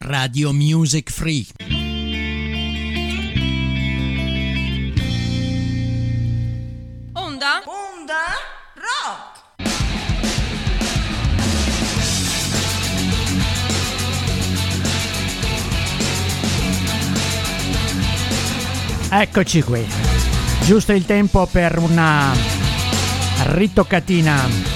Radio Music Free. Onda Rock. Eccoci qui, giusto il tempo per una ritoccatina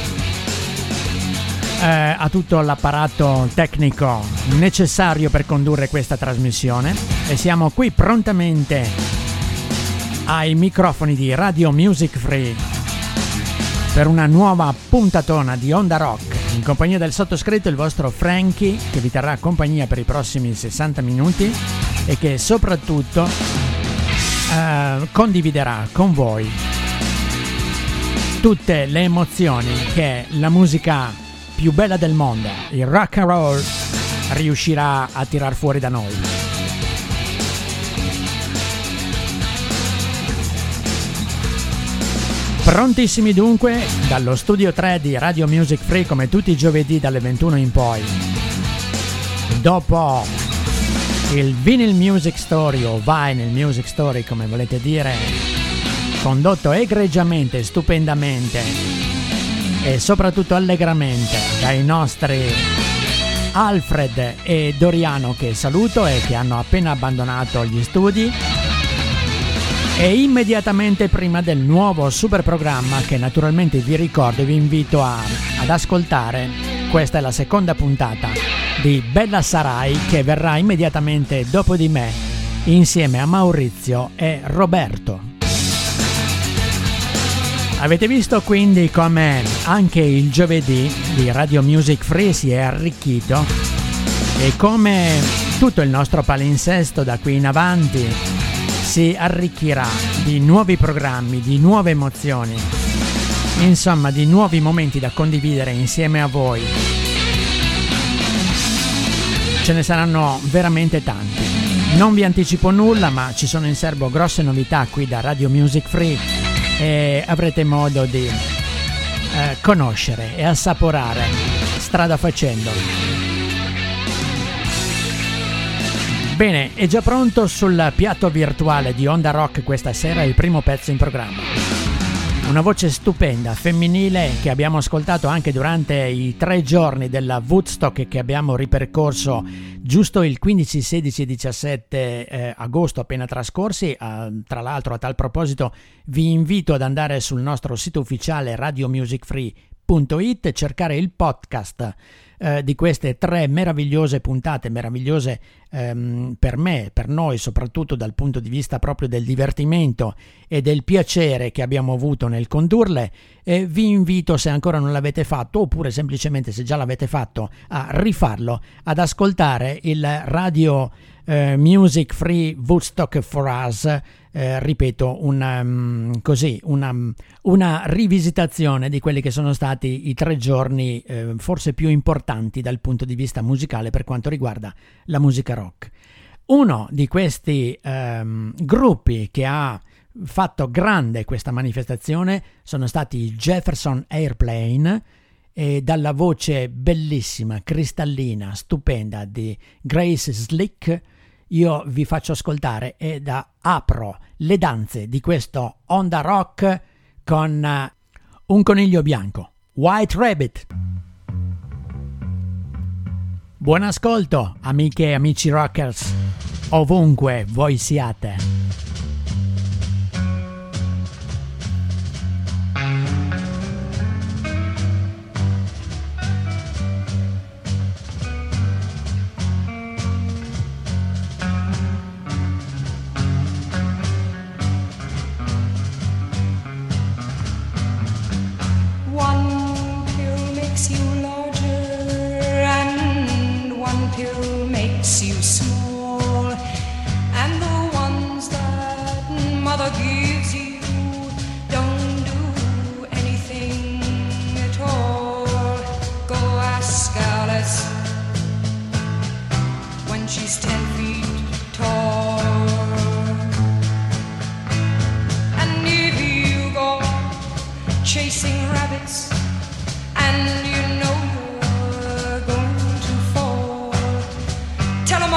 a tutto l'apparato tecnico necessario per condurre questa trasmissione e siamo qui prontamente ai microfoni di Radio Music Free per una nuova puntatona di Onda Rock in compagnia del sottoscritto, il vostro Frankie, che vi terrà compagnia per i prossimi 60 minuti e che soprattutto condividerà con voi tutte le emozioni che la musica più bella del mondo, il rock and roll, riuscirà a tirar fuori da noi. Prontissimi dunque dallo studio 3 di Radio Music Free, come tutti i giovedì dalle 21 in poi. Dopo il Vinyl Music Story o Vinyl Music Story, come volete dire, condotto egregiamente, stupendamente e soprattutto allegramente dai nostri Alfred e Doriano, che saluto e che hanno appena abbandonato gli studi, e immediatamente prima del nuovo super programma che naturalmente vi ricordo e vi invito ad ascoltare. Questa è la seconda puntata di Bella Sarai, che verrà immediatamente dopo di me insieme a Maurizio e Roberto. Avete visto quindi come anche il giovedì di Radio Music Free si è arricchito e come tutto il nostro palinsesto da qui in avanti si arricchirà di nuovi programmi, di nuove emozioni, insomma di nuovi momenti da condividere insieme a voi. Ce ne saranno veramente tanti. Non vi anticipo nulla, ma ci sono in serbo grosse novità qui da Radio Music Free e avrete modo di conoscere e assaporare strada facendo. Bene, è già pronto sul piatto virtuale di Onda Rock questa sera il primo pezzo in programma. Una voce stupenda, femminile, che abbiamo ascoltato anche durante i 3 giorni della Woodstock che abbiamo ripercorso giusto il 15, 16 e 17 agosto appena trascorsi. Tra l'altro, a tal proposito, vi invito ad andare sul nostro sito ufficiale radiomusicfree.it e cercare il podcast di queste 3 meravigliose puntate, meravigliose per me, per noi, soprattutto dal punto di vista proprio del divertimento e del piacere che abbiamo avuto nel condurle. E vi invito, se ancora non l'avete fatto, oppure semplicemente se già l'avete fatto, a rifarlo, ad ascoltare il Radio Music Free Woodstock for Us. Ripeto, una rivisitazione di quelli che sono stati i 3 giorni forse più importanti dal punto di vista musicale per quanto riguarda la musica rock. Uno di questi gruppi che ha fatto grande questa manifestazione sono stati i Jefferson Airplane, e dalla voce bellissima, cristallina, stupenda di Grace Slick io vi faccio ascoltare ed apro le danze di questo Onda Rock con un coniglio bianco, White Rabbit. Buon ascolto, amiche e amici rockers, ovunque voi siate. She's 10 feet tall, and if you go chasing rabbits and you know you're going to fall, tell 'em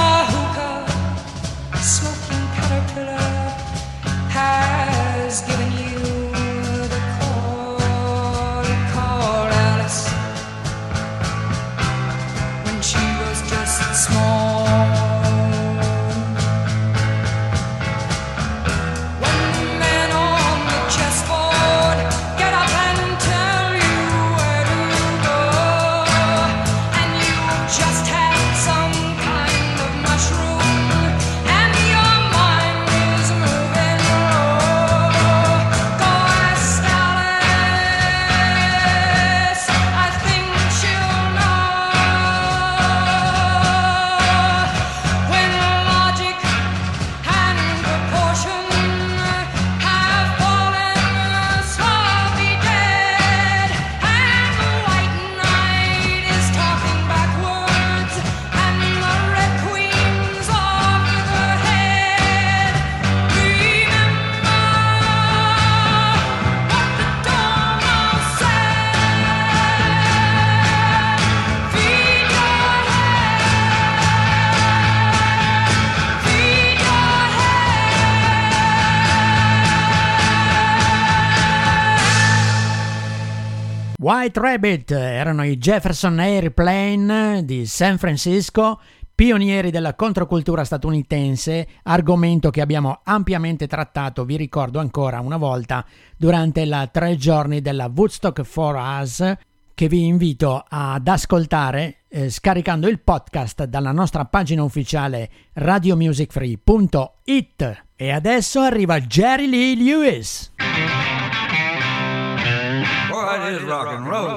White Rabbit erano i Jefferson Airplane di San Francisco, pionieri della controcultura statunitense, argomento che abbiamo ampiamente trattato, vi ricordo ancora una volta, durante la 3 giorni della Woodstock for Us, che vi invito ad ascoltare scaricando il podcast dalla nostra pagina ufficiale radiomusicfree.it. E adesso arriva Jerry Lee Lewis. Boy, it is rock and roll.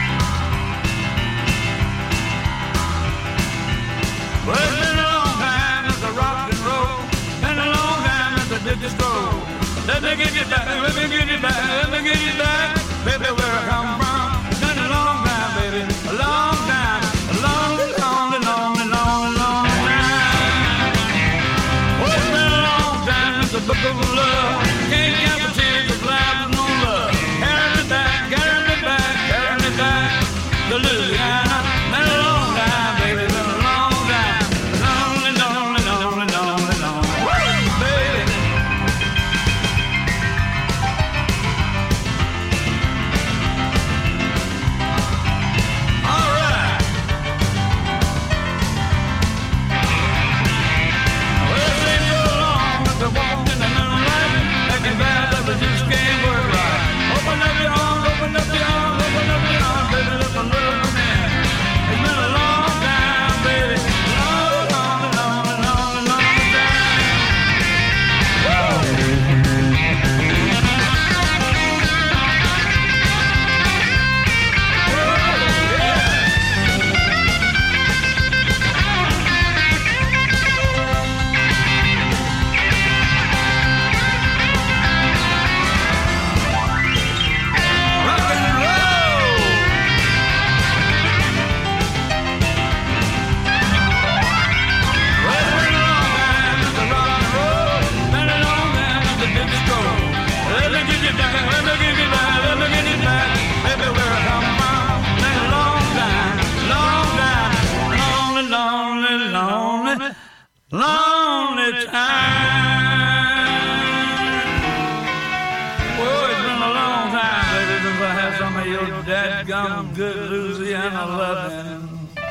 Well, it's been a long time since the rock and roll. Been a long time since I did the stroll. Let me get you back, let me get you back, let me get you back, baby, where I come from. It's been a long time, baby, a long time, a long, long, long, long, long time. Well, it's been a long time since the book of love. Can't count the tears of life, no love. Carry me back, carry me back, carry me back to Louisiana. Been a long time, baby, been a long time. Lonely, lonely, lonely, lonely, lonely. Woo, baby. All right. Well, it ain't so long since I walked in the moonlight, making bad love that just can't work right. Open up your arms, open up your arms, open up your arms, baby, let my love come in. It's been a long time, baby, long, long, long, long, long time. Rock and roll. Well, it's been a long time since the rock and roll. Been a long time since the did the stroll. Let me get you back, let me get you back, let me get you back, baby, where I come from. Been a long time, lonely, lonely, lonely, lonely time. Well, it's been a long time, baby, since I had some of your dadgum good Louisiana loving.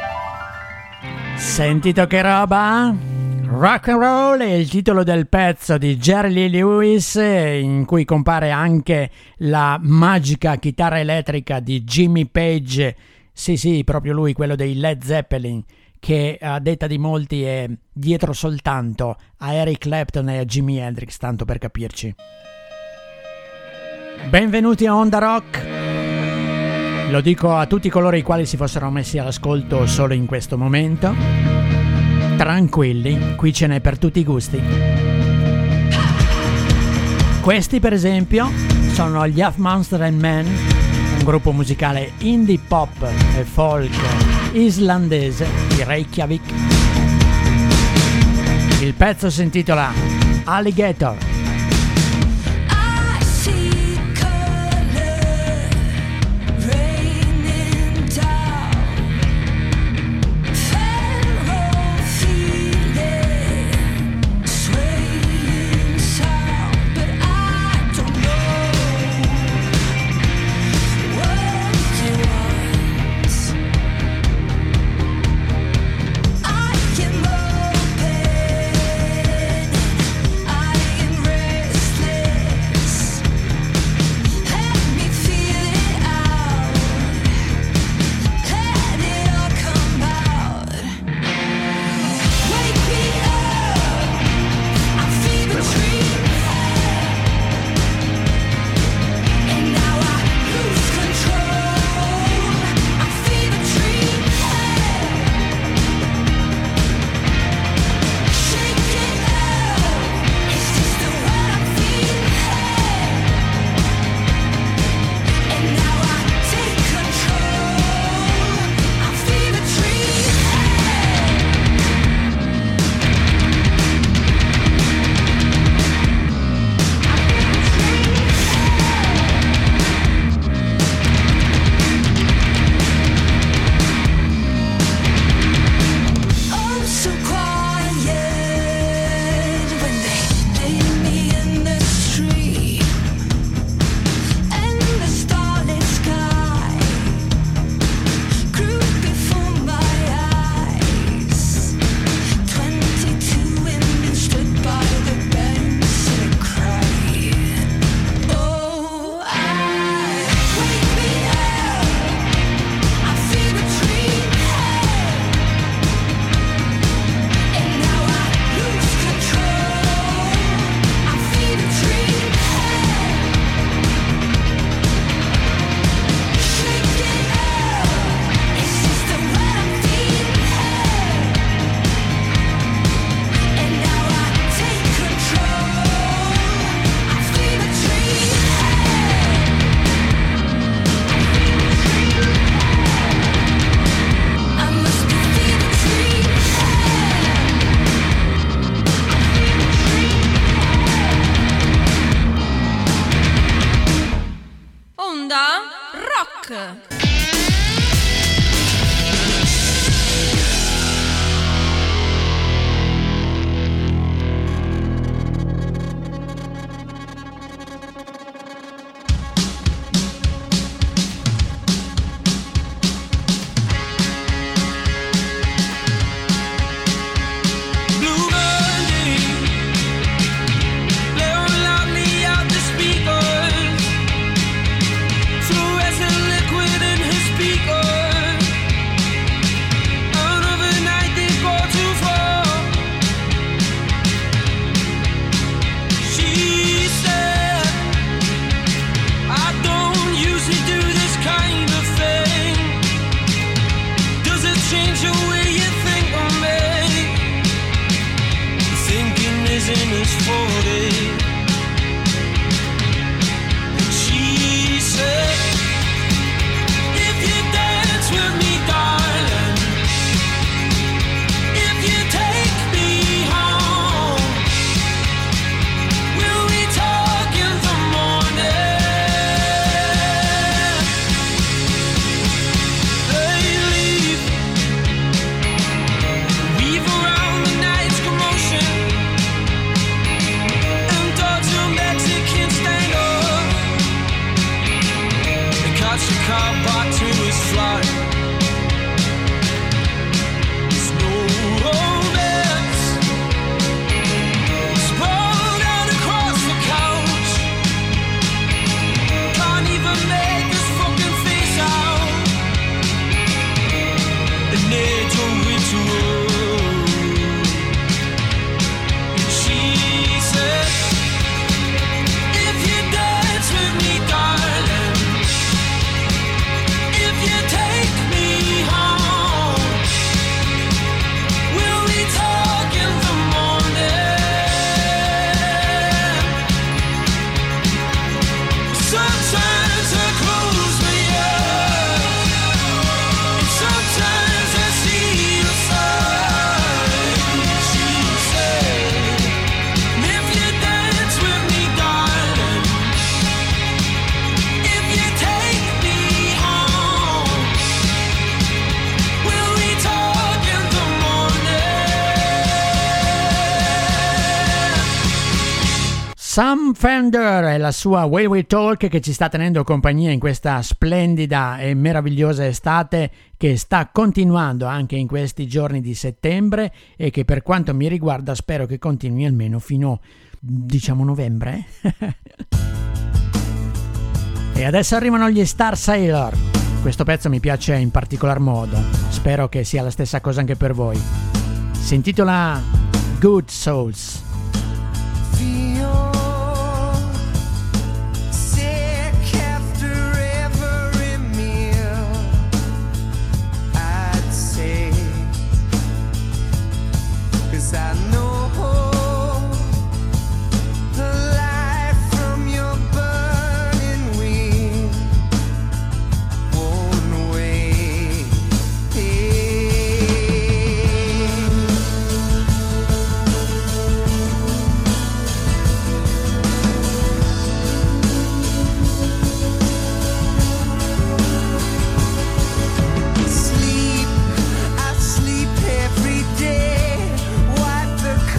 Sentito che roba? Rock and Roll è il titolo del pezzo di Jerry Lee Lewis, in cui compare anche la magica chitarra elettrica di Jimmy Page. Sì, proprio lui, quello dei Led Zeppelin, che a detta di molti è dietro soltanto a Eric Clapton e a Jimi Hendrix, tanto per capirci. Benvenuti a Onda Rock. Lo dico a tutti coloro i quali si fossero messi all'ascolto solo in questo momento. Tranquilli, qui ce n'è per tutti i gusti. Questi per esempio sono gli Half Monster and Men, un gruppo musicale indie pop e folk islandese di Reykjavik. Il pezzo si intitola Alligator. I see color raining down, feral feeling, swaying sound, but I don't know what you want. I am open, I am ready. Sam Fender e la sua Way We Talk che ci sta tenendo compagnia in questa splendida e meravigliosa estate che sta continuando anche in questi giorni di settembre e che per quanto mi riguarda spero che continui almeno fino, diciamo, novembre. E adesso arrivano gli Star Sailor. Questo pezzo mi piace in particolar modo, spero che sia la stessa cosa anche per voi. Si intitola Good Souls. I know the light from your burning wing won't wait. Sleep, I sleep every day. Wipe the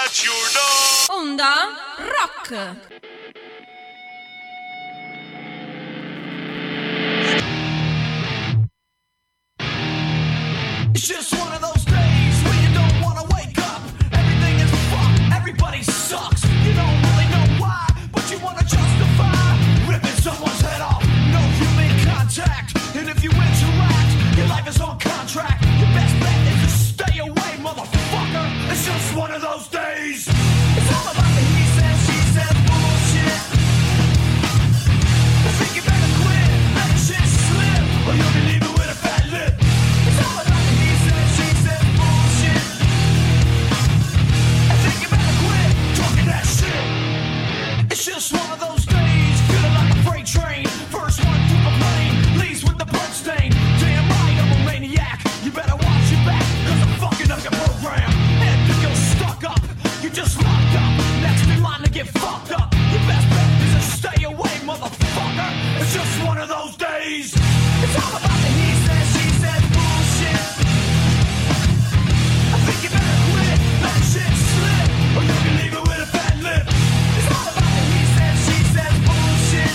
at your door. Onda Rock. It's just one of those days when you don't wanna wake up. Everything is fucked, everybody sucks. You don't really know why, but you wanna justify ripping someone's head off. No human contact, and if you interact, your life is on contract. Your best bet is to stay away, motherfucker. It's just one of those days. It's all about the he says, she says bullshit. I think you better quit, let shit slip, or you'll be leaving with a fat lip. It's all about the he says, she says bullshit. I think you better quit talking that shit. It's just one of those days, feeling like a freight train. First one through the plane, leaves with the blood stain. Damn right, I'm a maniac. You better watch your back, cause I'm fucking up your program. And if you're stuck up, you just locked up. Next in line to get fucked up. Your best bet is to stay away, motherfucker. It's just one of those days. It's all about the he says, she says bullshit. I think you better quit, let shit slip, or you'll be leaving with a fat lip. It's all about the he says, she says bullshit.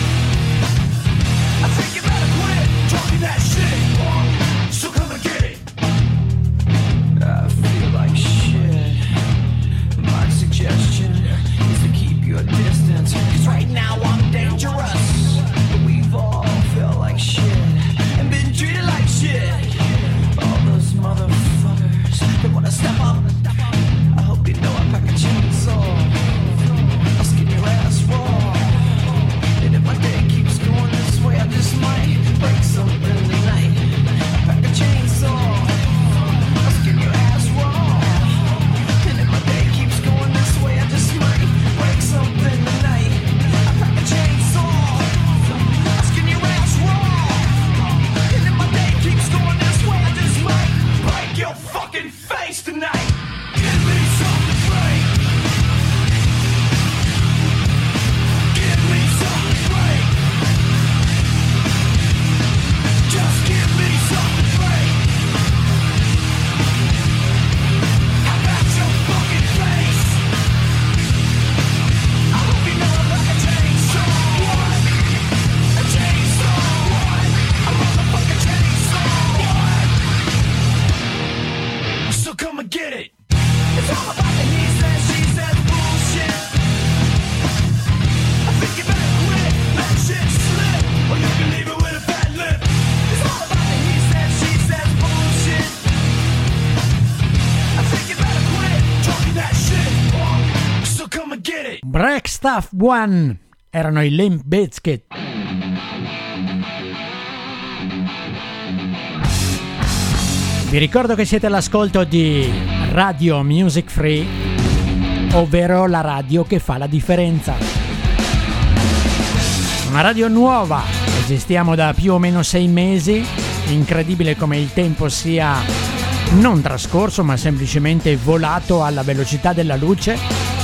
I think you better quit talking that shit, so come and get it. I feel like shit. My suggestion is to keep your distance, cause right now I'm dangerous. But we've all felt like shit and been treated like shit. All those motherfuckers that wanna step up, I hope you know I pack a chainsaw. I'll skin your ass raw. And if my day keeps going this way, I just might break something tonight. I pack a chainsaw. I'll skin your ass raw. And if my day keeps going this way, I just might break something tonight. I pack a chainsaw. I'll skin your ass raw. And if my day keeps going this way, I just might break your fucking face tonight. Give me something to break. Give me something to break. Just give me something to break. How about your fucking face? I hope you know I'm like a chainsaw. What? A chainsaw. What? A motherfucking chainsaw. What? So come and get it. It's all about the he says, she says bullshit. I think you better quit, let shit slip, or you can leave it with a fat lip. It's all about the he says, she says bullshit. I think you better quit talking that shit, so come and get it. Break Stuff One erano i Limp Bizkit. Vi ricordo che siete all'ascolto di Radio Music Free, ovvero la radio che fa la differenza. Una radio nuova, esistiamo da più o meno 6 mesi, incredibile come il tempo sia non trascorso ma semplicemente volato alla velocità della luce.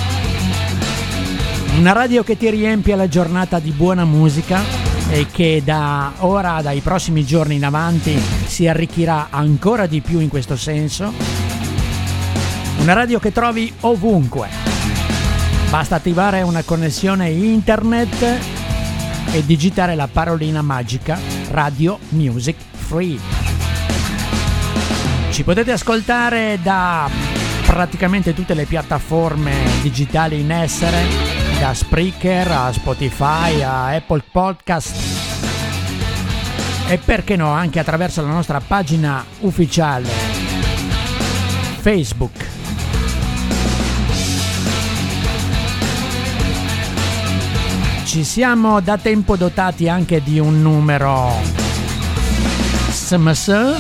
Una radio che ti riempie la giornata di buona musica e che da ora, dai prossimi giorni in avanti, si arricchirà ancora di più in questo senso. Una radio che trovi ovunque. Basta attivare una connessione internet e digitare la parolina magica Radio Music Free. Ci potete ascoltare da praticamente tutte le piattaforme digitali in essere, da Spreaker a Spotify a Apple Podcast e perché no anche attraverso la nostra pagina ufficiale Facebook. Ci siamo da tempo dotati anche di un numero SMS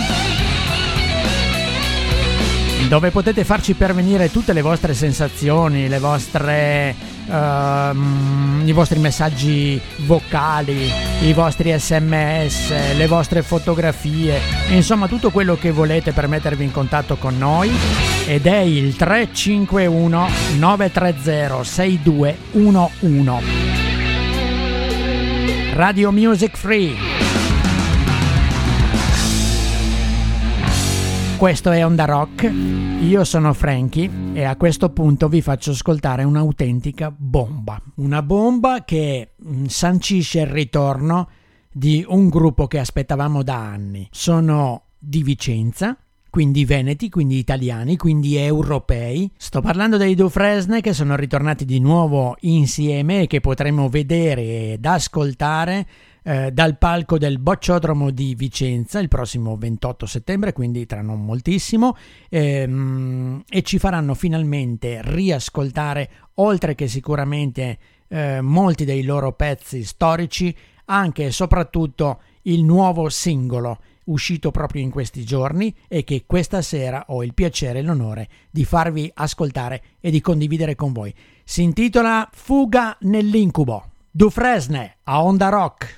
dove potete farci pervenire tutte le vostre sensazioni, le vostre i vostri messaggi vocali, i vostri SMS, le vostre fotografie, insomma tutto quello che volete per mettervi in contatto con noi, ed è il 351 930 6211. Radio Music Free. Questo è Onda Rock, io sono Frankie e a questo punto vi faccio ascoltare un'autentica bomba. Una bomba che sancisce il ritorno di un gruppo che aspettavamo da anni. Sono di Vicenza, quindi veneti, quindi italiani, quindi europei. Sto parlando dei Dufresne, che sono ritornati di nuovo insieme e che potremo vedere ed ascoltare dal palco del Bocciodromo di Vicenza il prossimo 28 settembre, quindi tra non moltissimo, e ci faranno finalmente riascoltare, oltre che sicuramente molti dei loro pezzi storici, anche e soprattutto il nuovo singolo uscito proprio in questi giorni e che questa sera ho il piacere e l'onore di farvi ascoltare e di condividere con voi. Si intitola Fuga nell'incubo. Dufresne a Onda Rock.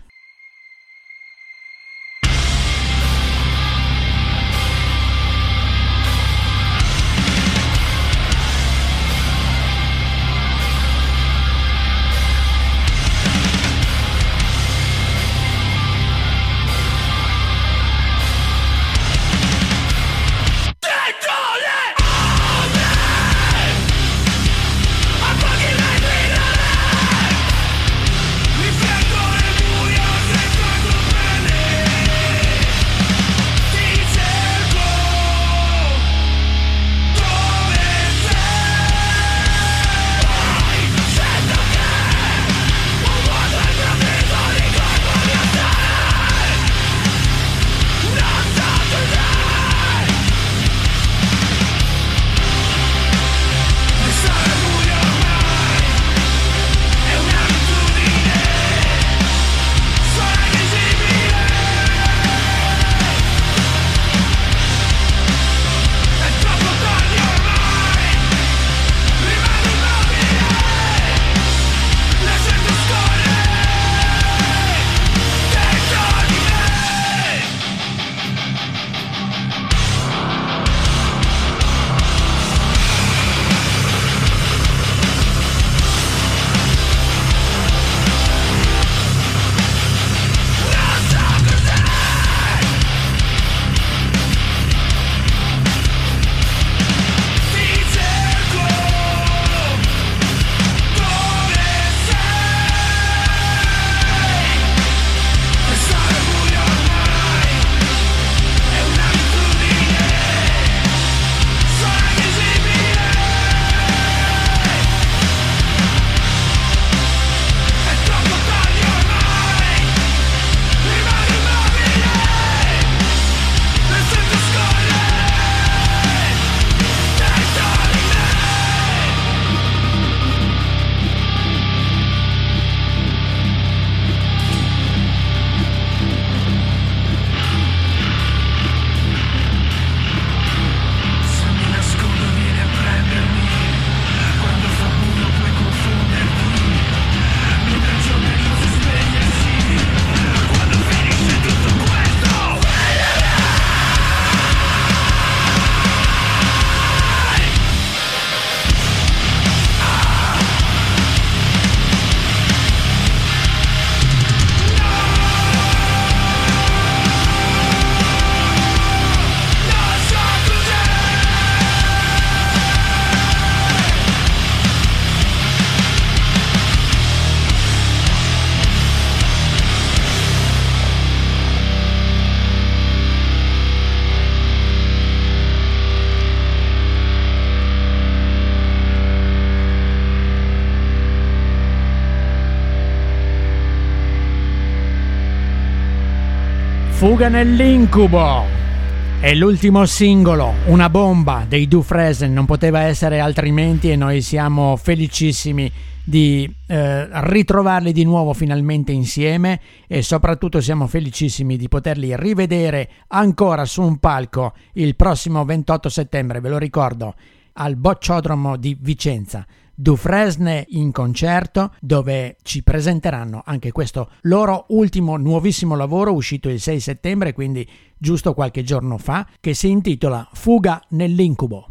Fuga nell'incubo è l'ultimo singolo, una bomba dei Dufresne, non poteva essere altrimenti e noi siamo felicissimi di ritrovarli di nuovo finalmente insieme e soprattutto siamo felicissimi di poterli rivedere ancora su un palco il prossimo 28 settembre, ve lo ricordo, al Bocciodromo di Vicenza. Dufresne in concerto, dove ci presenteranno anche questo loro ultimo nuovissimo lavoro uscito il 6 settembre, quindi giusto qualche giorno fa, che si intitola Fuga nell'incubo.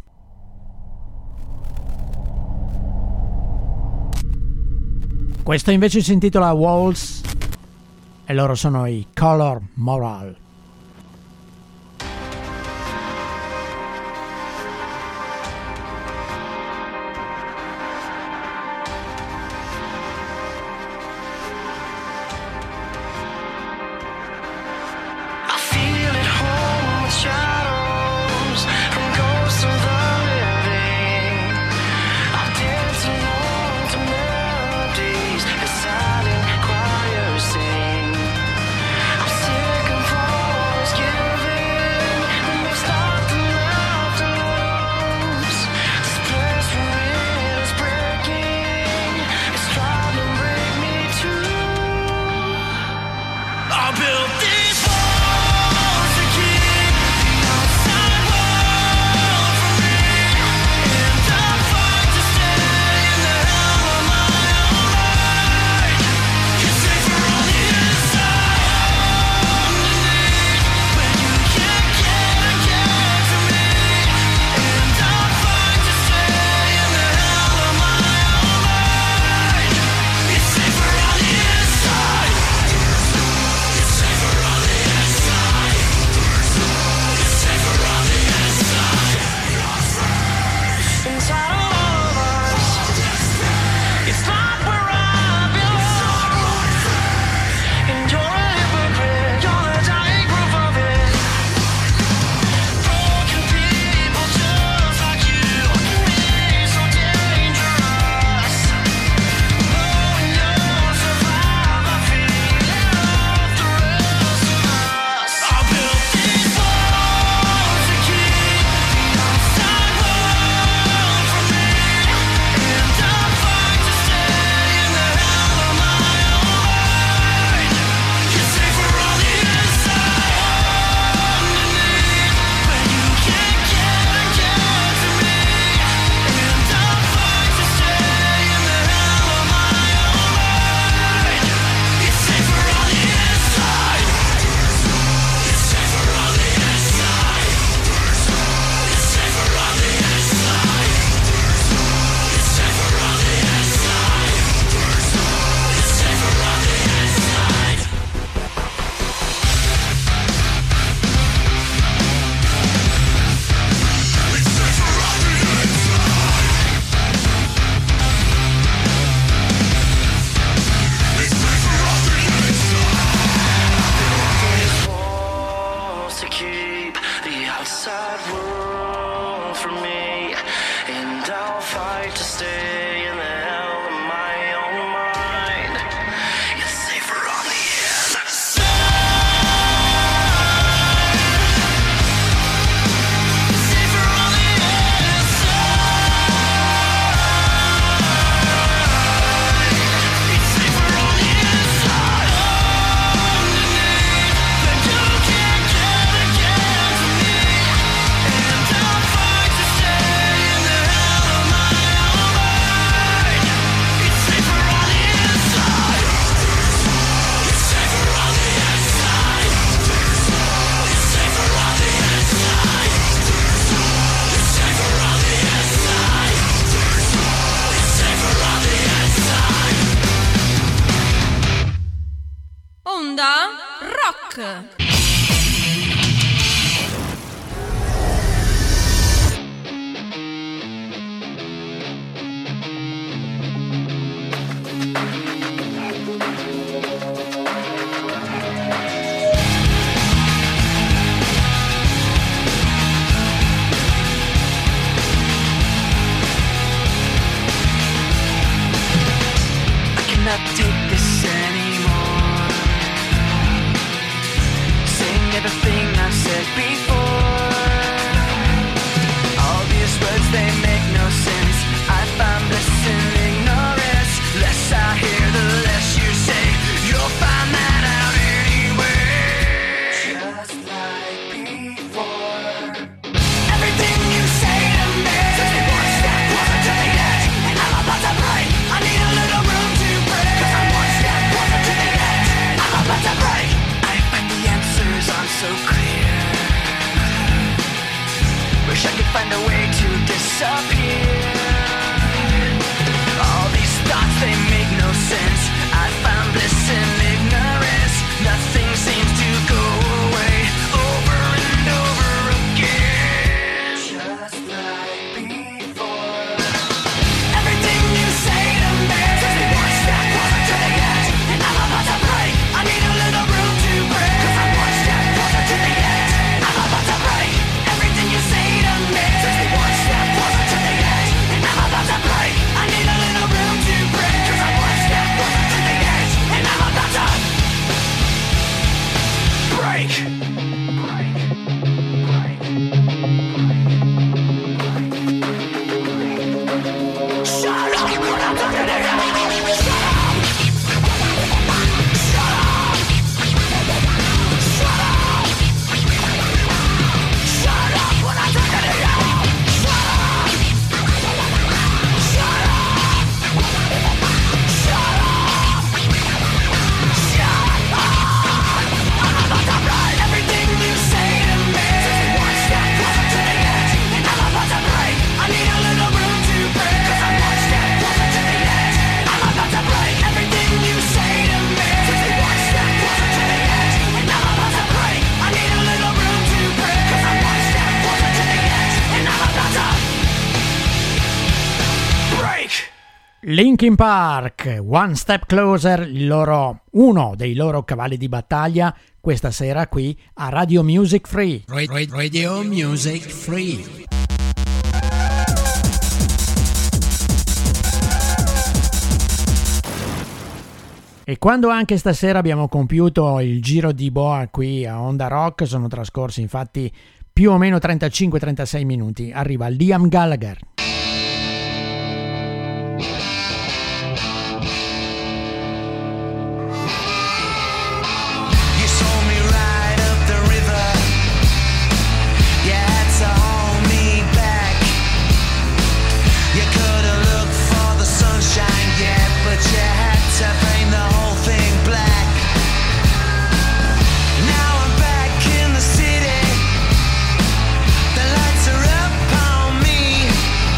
Questo invece si intitola Walls e loro sono i Color Moral. Onda Rock. Cannot take this anymore. Saying everything I've said before. All these words, they make no sense. I find bliss in ignorance. Less I hear, the less you say. You'll find that out anyway. Just like before. Everything you say to me takes me one step closer to the edge, and I'm about to break. I need a little room to break, 'cause I'm one step closer to the edge. I'm about to break. I find the answers aren't so clear. Wish I could find a way to disappear. All these thoughts, they make no sense. I found bliss in ignorance. Nothing seems to go away. Over and over again. Just like before. Everything you say to me takes me one step closer to the edge, and I'm about to break. I need a little room to break, 'cause I'm one step closer to the edge. I'm about to break. Everything you say to me takes me one step closer to the edge, and I'm about to break. I need a little room to break, 'cause I'm one step closer to the edge, and I'm about to break. Shut up when I'm talking to you. Shut up. Shut up. Shut up. Shut up when I'm talking to you. Shut up. Shut up. Shut up. Shut up. I'm about to break. Everything you say to me takes me one step closer to the edge, and I'm about to break. I need a little room to break, 'cause I'm one step closer to the edge. I'm about to break. Everything you say to me takes me one step closer to the edge, and I'm about to break. I need a little room to break, 'cause I'm one step closer to the edge, and I'm about to break. Linkin Park, One Step Closer, uno dei loro cavalli di battaglia, questa sera qui a Radio Music Free. Radio Music Free. E quando anche stasera abbiamo compiuto il giro di boa qui a Onda Rock, sono trascorsi infatti più o meno 35-36 minuti, arriva Liam Gallagher. You saw me ride up the river. You had to hold me back. You couldn't look for the sunshine yet, but you had to paint the whole thing black. Now I'm back in the city. The lights are up on me.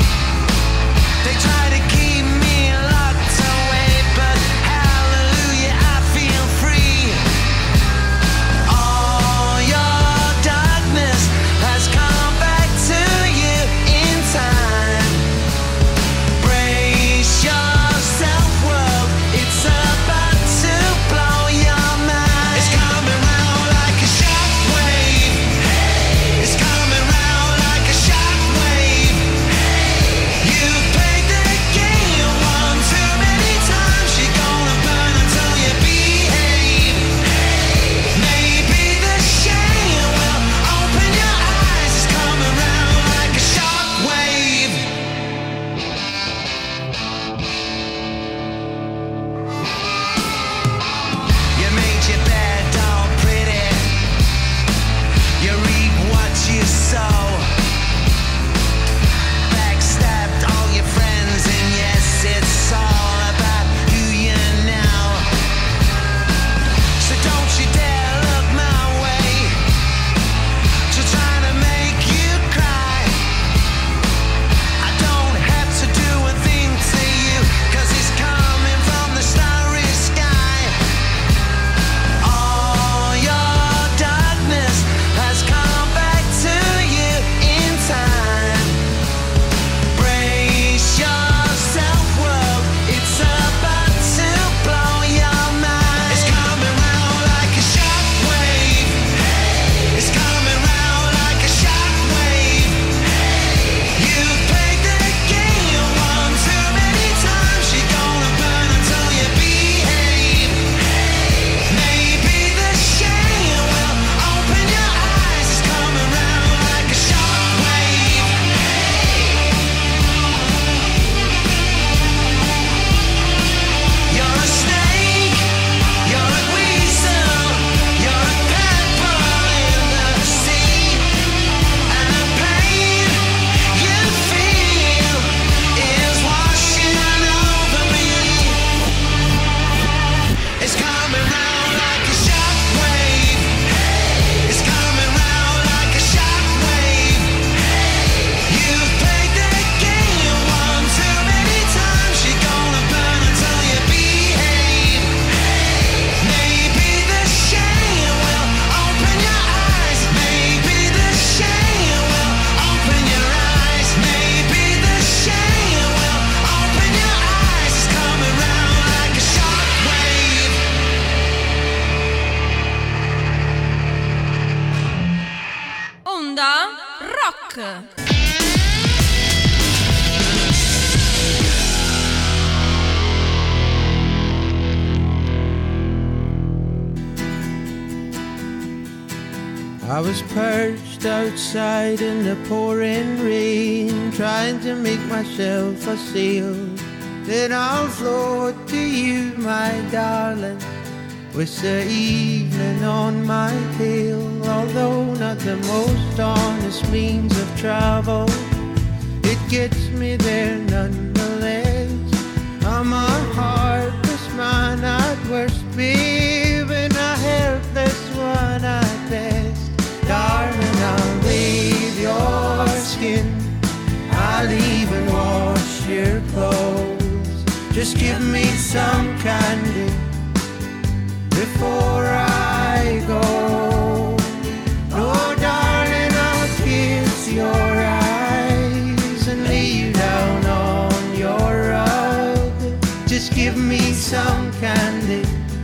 I was perched outside in the pouring rain, trying to make myself a sail. Then I'll float to you, my darling, with the evening on my tail. Although not the most honest means of travel, it gets me there nonetheless. I'm a heartless man at worst, babe, and a helpless one at best. Darling, I'll bathe your skin, I'll even wash your clothes. Just give me some candy before I go. No, darling, I'll kiss your eyes and lay you down on your rug. Just give me some candy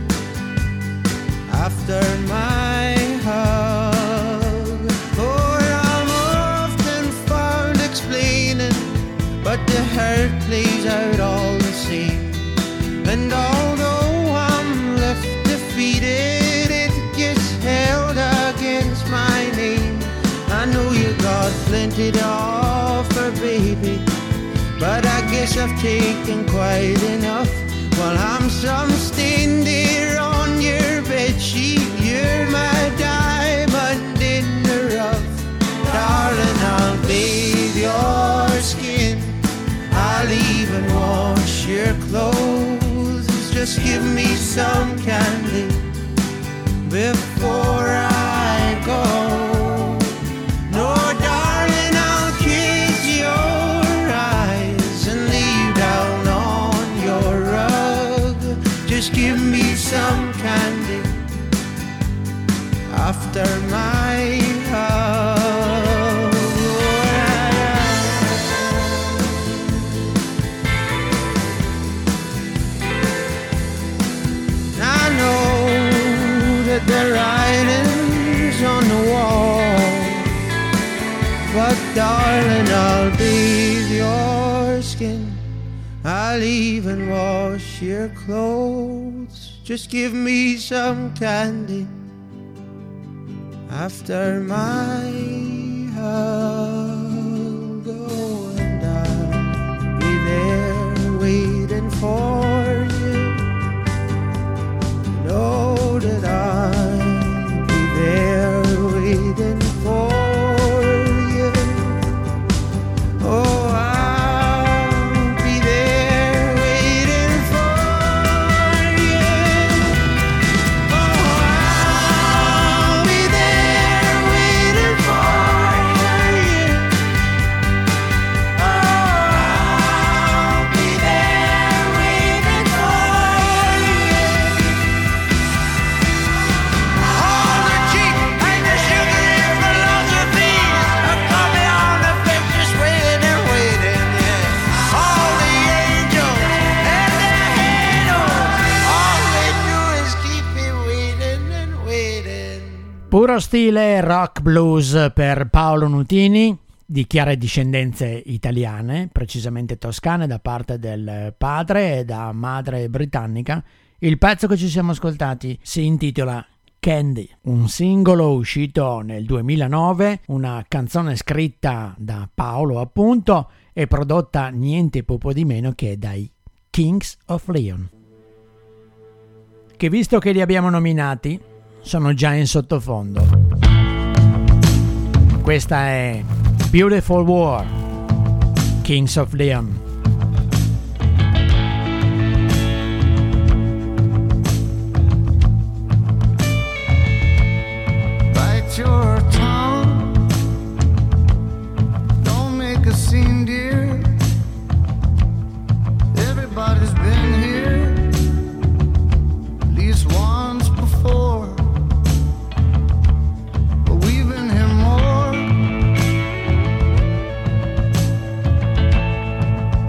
after my hug. Oh, I'm often found explaining, but the hurt plays out all the same. And although I'm left defeated, it gets held against my name. I know you got plenty to offer, baby, but I guess I've taken quite enough. While I'm some stain there on your bedsheet, you're my diamond in the rough. Darling, I'll bathe your skin, I'll even wash your clothes. Just give me some candy before I go. No, darling, I'll kiss your eyes and lay you down on your rug. Just give me some candy after my hug. The writing's on the wall, but darling, I'll bathe your skin, I'll even wash your clothes. Just give me some candy after my hug. Oh, and I'll be there waiting for you. Know that I'll be there waiting for you. Oh, I'll be there waiting for you. Oh, I'll be there waiting for you. Oh, I'll be there waiting for you. All the cheap and the sugary philosophies have got me on the fence, just waiting and waiting, yeah. All the angels and the halos, all they do is keep me waiting and waiting. Puro stile rock blues per Paolo Nutini, di chiare discendenze italiane, precisamente toscane da parte del padre e da madre britannica. Il pezzo che ci siamo ascoltati si intitola Candy, un singolo uscito nel 2009, una canzone scritta da Paolo appunto e prodotta niente poco di meno che dai Kings of Leon, che visto che li abbiamo nominati sono già in sottofondo. Questa è Beautiful War, Kings of Leon. Bite your tongue, don't make a scene, dear. Everybody's been here at least once before, but we've been here more.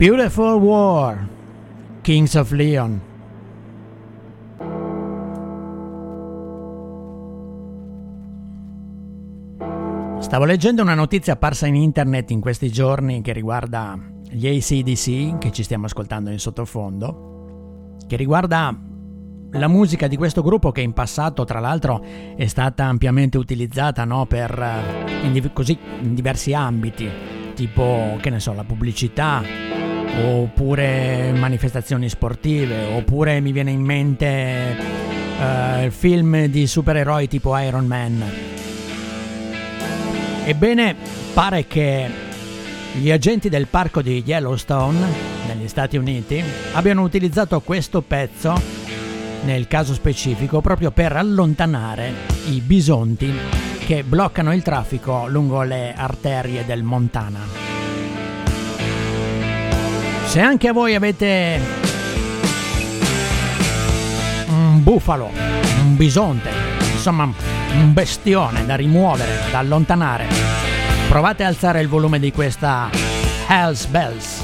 Beautiful War, Kings of Leon. Stavo leggendo una notizia apparsa in internet in questi giorni che riguarda gli AC/DC, che ci stiamo ascoltando in sottofondo, che riguarda la musica di questo gruppo che in passato tra l'altro è stata ampiamente utilizzata, no, in diversi ambiti, tipo, che ne so, la pubblicità, oppure manifestazioni sportive, oppure mi viene in mente film di supereroi tipo Iron Man. Ebbene, pare che gli agenti del parco di Yellowstone negli Stati Uniti abbiano utilizzato questo pezzo nel caso specifico proprio per allontanare i bisonti che bloccano il traffico lungo le arterie del Montana. Se anche voi avete un bufalo, un bisonte, insomma un bestione da rimuovere, da allontanare, provate a alzare il volume di questa Hell's Bells.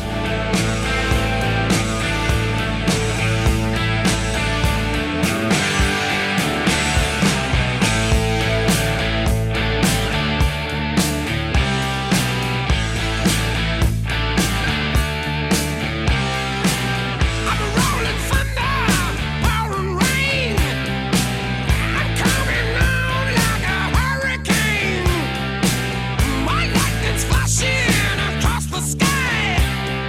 Flashing across the sky.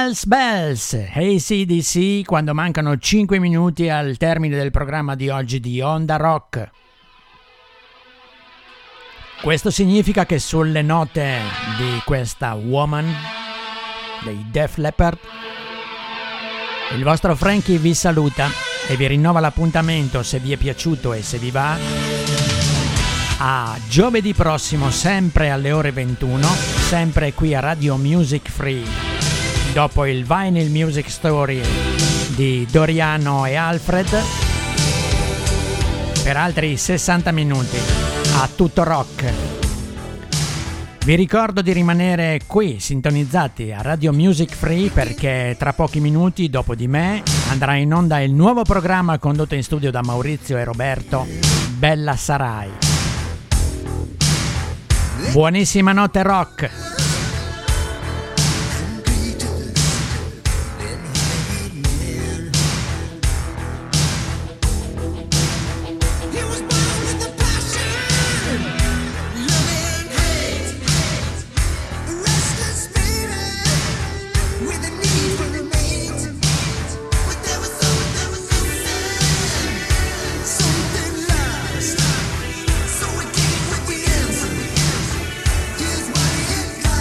Bells Bells, AC/DC, quando mancano 5 minuti al termine del programma di oggi di Onda Rock. Questo significa che sulle note di questa Woman dei Def Leppard il vostro Frankie vi saluta e vi rinnova l'appuntamento, se vi è piaciuto e se vi va, a giovedì prossimo, sempre alle ore 21, sempre qui a Radio Music Free, dopo il Vinyl Music Story di Doriano e Alfred, per altri 60 minuti a tutto rock. Vi ricordo di rimanere qui sintonizzati a Radio Music Free, perché tra pochi minuti dopo di me andrà in onda il nuovo programma condotto in studio da Maurizio e Roberto, Bella Sarai. Buonissima notte rock! So it came with the answer. Here's what it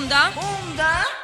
Onda? Onda?